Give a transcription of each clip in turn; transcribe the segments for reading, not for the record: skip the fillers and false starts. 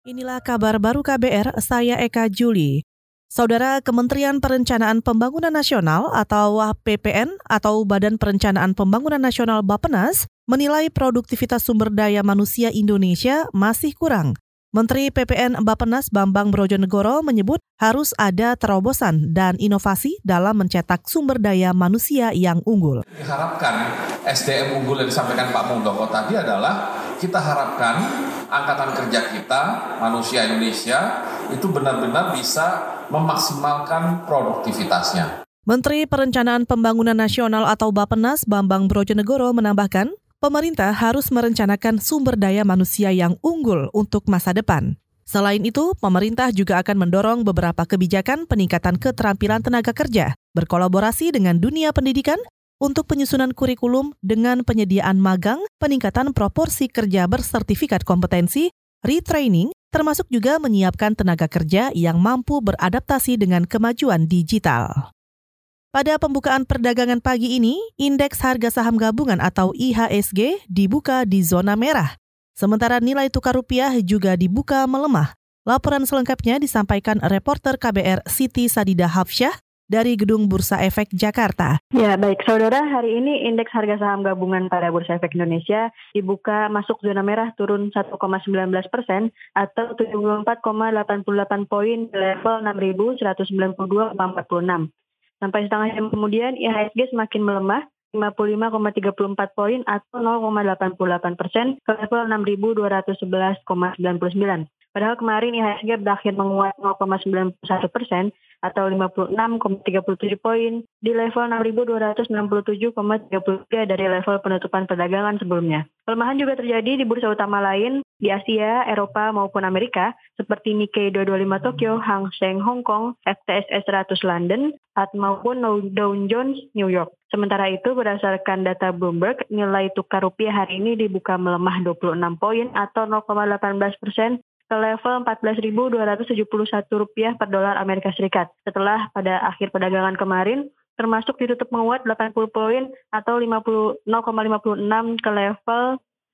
Inilah kabar baru KBR, saya Eka Juli. Saudara, Kementerian Perencanaan Pembangunan Nasional atau PPN atau Badan Perencanaan Pembangunan Nasional Bappenas menilai produktivitas sumber daya manusia Indonesia masih kurang. Menteri PPN Bappenas Bambang Brojonegoro menyebut harus ada terobosan dan inovasi dalam mencetak sumber daya manusia yang unggul. Diharapkan SDM unggul yang disampaikan Pak Muldoko tadi adalah kita harapkan angkatan kerja kita, manusia Indonesia, itu benar-benar bisa memaksimalkan produktivitasnya. Menteri Perencanaan Pembangunan Nasional atau Bappenas Bambang Brojonegoro menambahkan, pemerintah harus merencanakan sumber daya manusia yang unggul untuk masa depan. Selain itu, pemerintah juga akan mendorong beberapa kebijakan peningkatan keterampilan tenaga kerja, berkolaborasi dengan dunia pendidikan untuk penyusunan kurikulum dengan penyediaan magang, peningkatan proporsi kerja bersertifikat kompetensi, retraining, termasuk juga menyiapkan tenaga kerja yang mampu beradaptasi dengan kemajuan digital. Pada pembukaan perdagangan pagi ini, indeks harga saham gabungan atau IHSG dibuka di zona merah. Sementara nilai tukar rupiah juga dibuka melemah. Laporan selengkapnya disampaikan reporter KBR Siti Sadidah Hafsyah dari Gedung Bursa Efek Jakarta. Ya, baik. Saudara, hari ini indeks harga saham gabungan pada Bursa Efek Indonesia dibuka masuk zona merah turun 1,19% atau 74,88 poin ke level 6.192,46. Sampai setengah jam kemudian, IHSG semakin melemah 55,34 poin atau 0,88% ke level 6.211,99. Padahal kemarin IHSG berakhir menguat 0,91% atau 56,37 poin di level 6.267,33 dari level penutupan perdagangan sebelumnya. Pelemahan juga terjadi di bursa utama lain di Asia, Eropa maupun Amerika seperti Nikkei 225 Tokyo, Hang Seng Hong Kong, FTSE 100 London, maupun Dow Jones New York. Sementara itu, berdasarkan data Bloomberg, nilai tukar rupiah hari ini dibuka melemah 26 poin atau 0,18% ke level Rp14.271 per dolar Amerika Serikat. Setelah pada akhir perdagangan kemarin, termasuk ditutup menguat 80 poin atau 0,56 ke level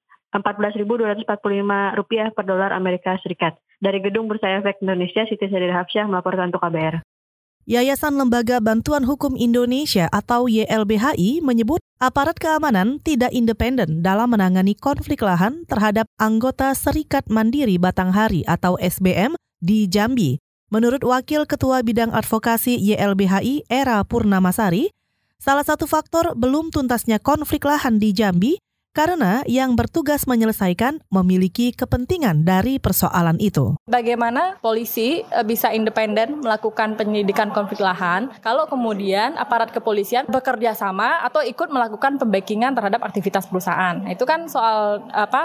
Rp14.245 per dolar Amerika Serikat. Dari Gedung Bursa Efek Indonesia, Siti Sadidah Hafsyah melaporkan untuk KBR. Yayasan Lembaga Bantuan Hukum Indonesia atau YLBHI menyebut aparat keamanan tidak independen dalam menangani konflik lahan terhadap anggota Serikat Mandiri Batanghari atau SBM di Jambi. Menurut Wakil Ketua Bidang Advokasi YLBHI Era Purnamasari, salah satu faktor belum tuntasnya konflik lahan di Jambi karena yang bertugas menyelesaikan memiliki kepentingan dari persoalan itu. Bagaimana polisi bisa independen melakukan penyelidikan konflik lahan kalau kemudian aparat kepolisian bekerja sama atau ikut melakukan pembackingan terhadap aktivitas perusahaan. Itu kan soal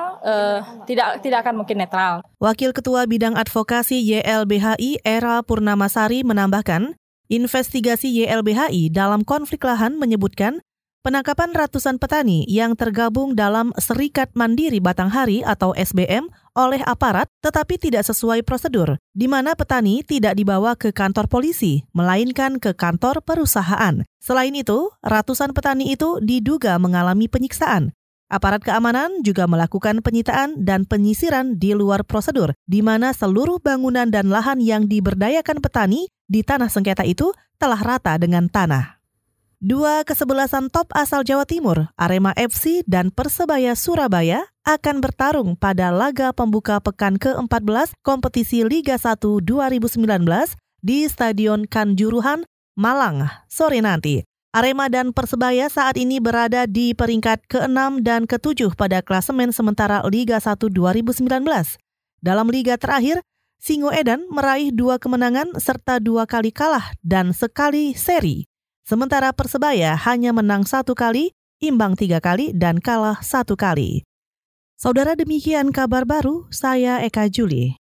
tidak akan mungkin netral. Wakil Ketua Bidang Advokasi YLBHI Era Purnamasari menambahkan, investigasi YLBHI dalam konflik lahan menyebutkan penangkapan ratusan petani yang tergabung dalam Serikat Mandiri Batanghari atau SBM oleh aparat tetapi tidak sesuai prosedur, di mana petani tidak dibawa ke kantor polisi, melainkan ke kantor perusahaan. Selain itu, ratusan petani itu diduga mengalami penyiksaan. Aparat keamanan juga melakukan penyitaan dan penyisiran di luar prosedur, di mana seluruh bangunan dan lahan yang diberdayakan petani di tanah sengketa itu telah rata dengan tanah. Dua kesebelasan top asal Jawa Timur, Arema FC dan Persebaya Surabaya, akan bertarung pada laga pembuka pekan ke-14 kompetisi Liga 1 2019 di Stadion Kanjuruhan, Malang, sore nanti. Arema dan Persebaya saat ini berada di peringkat ke-6 dan ke-7 pada klasemen sementara Liga 1 2019. Dalam liga terakhir, Singoedan meraih 2 kemenangan serta 2 kali kalah dan sekali seri. Sementara Persebaya hanya menang 1 kali, imbang 3 kali, dan kalah 1 kali. Saudara, demikian kabar baru, saya Eka Juli.